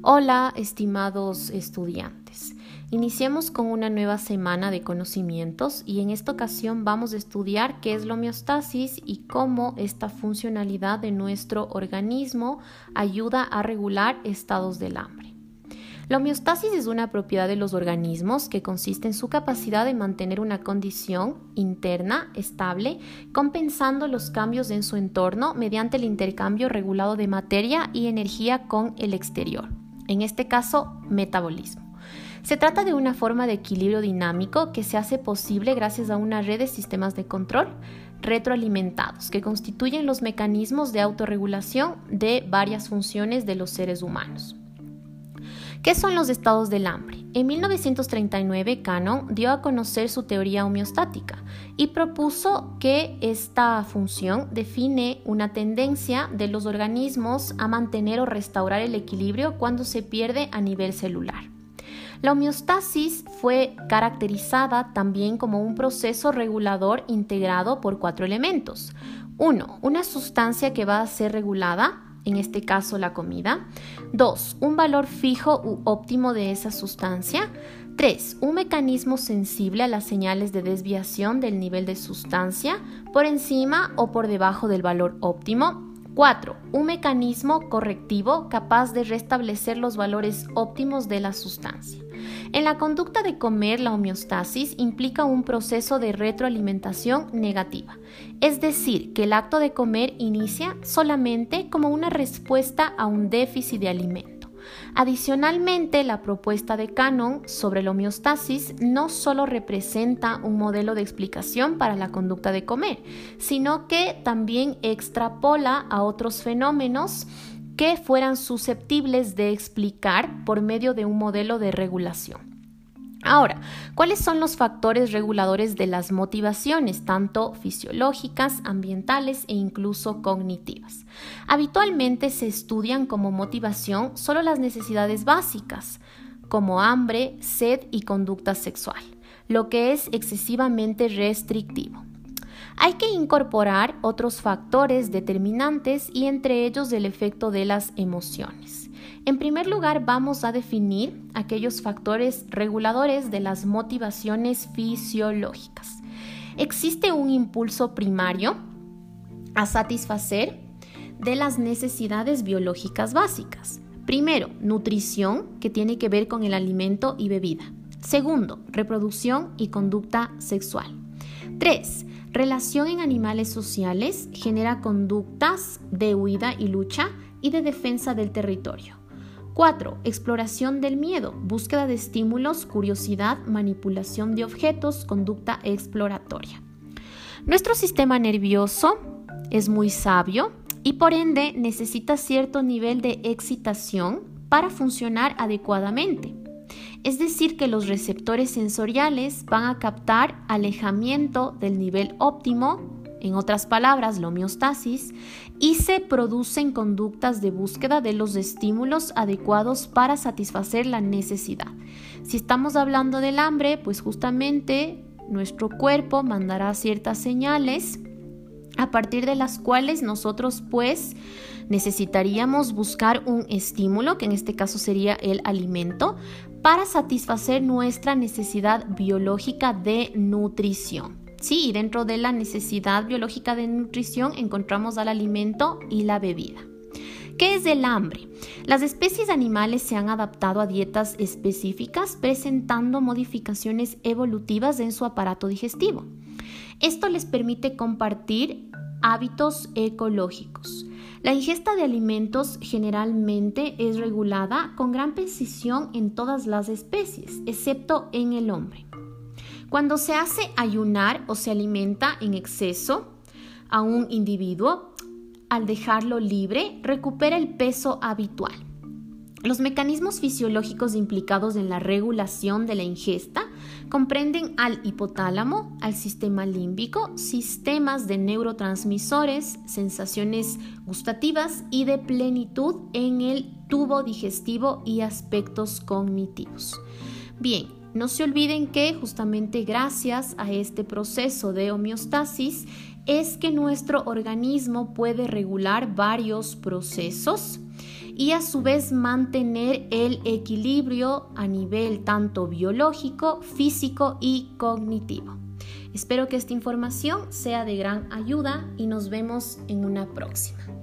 Hola, estimados estudiantes. Iniciemos con una nueva semana de conocimientos y en esta ocasión vamos a estudiar qué es la homeostasis y cómo esta funcionalidad de nuestro organismo ayuda a regular estados del hambre. La homeostasis es una propiedad de los organismos que consiste en su capacidad de mantener una condición interna estable, compensando los cambios en su entorno mediante el intercambio regulado de materia y energía con el exterior, en este caso, metabolismo. Se trata de una forma de equilibrio dinámico que se hace posible gracias a una red de sistemas de control retroalimentados que constituyen los mecanismos de autorregulación de varias funciones de los seres humanos. ¿Qué son los estados del hambre? En 1939, Cannon dio a conocer su teoría homeostática y propuso que esta función define una tendencia de los organismos a mantener o restaurar el equilibrio cuando se pierde a nivel celular. La homeostasis fue caracterizada también como un proceso regulador integrado por 4 elementos. 1. Una sustancia que va a ser regulada, en este caso la comida. 2. Un valor fijo u óptimo de esa sustancia. 3. Un mecanismo sensible a las señales de desviación del nivel de sustancia por encima o por debajo del valor óptimo. 4. Un mecanismo correctivo capaz de restablecer los valores óptimos de la sustancia. En la conducta de comer, la homeostasis implica un proceso de retroalimentación negativa, es decir, que el acto de comer inicia solamente como una respuesta a un déficit de alimento. Adicionalmente, la propuesta de Cannon sobre la homeostasis no solo representa un modelo de explicación para la conducta de comer, sino que también extrapola a otros fenómenos que fueran susceptibles de explicar por medio de un modelo de regulación. Ahora, ¿cuáles son los factores reguladores de las motivaciones, tanto fisiológicas, ambientales e incluso cognitivas? Habitualmente se estudian como motivación solo las necesidades básicas, como hambre, sed y conducta sexual, lo que es excesivamente restrictivo. Hay que incorporar otros factores determinantes y entre ellos el efecto de las emociones. En primer lugar, vamos a definir aquellos factores reguladores de las motivaciones fisiológicas. Existe un impulso primario a satisfacer de las necesidades biológicas básicas. Primero, nutrición, que tiene que ver con el alimento y bebida. Segundo, reproducción y conducta sexual. 3. Relación en animales sociales genera conductas de huida y lucha y de defensa del territorio. 4. Exploración del miedo, búsqueda de estímulos, curiosidad, manipulación de objetos, conducta exploratoria. Nuestro sistema nervioso es muy sabio y por ende necesita cierto nivel de excitación para funcionar adecuadamente. Es decir, que los receptores sensoriales van a captar alejamiento del nivel óptimo, en otras palabras, la homeostasis, y se producen conductas de búsqueda de los estímulos adecuados para satisfacer la necesidad. Si estamos hablando del hambre, pues justamente nuestro cuerpo mandará ciertas señales a partir de las cuales nosotros pues necesitaríamos buscar un estímulo, que en este caso sería el alimento, para satisfacer nuestra necesidad biológica de nutrición. Sí, y dentro de la necesidad biológica de nutrición encontramos al alimento y la bebida. ¿Qué es el hambre? Las especies animales se han adaptado a dietas específicas presentando modificaciones evolutivas en su aparato digestivo. Esto les permite compartir hábitos ecológicos. La ingesta de alimentos generalmente es regulada con gran precisión en todas las especies, excepto en el hombre. Cuando se hace ayunar o se alimenta en exceso a un individuo, al dejarlo libre, recupera el peso habitual. Los mecanismos fisiológicos implicados en la regulación de la ingesta comprenden al hipotálamo, al sistema límbico, sistemas de neurotransmisores, sensaciones gustativas y de plenitud en el tubo digestivo y aspectos cognitivos. Bien, no se olviden que justamente gracias a este proceso de homeostasis es que nuestro organismo puede regular varios procesos y a su vez mantener el equilibrio a nivel tanto biológico, físico y cognitivo. Espero que esta información sea de gran ayuda y nos vemos en una próxima.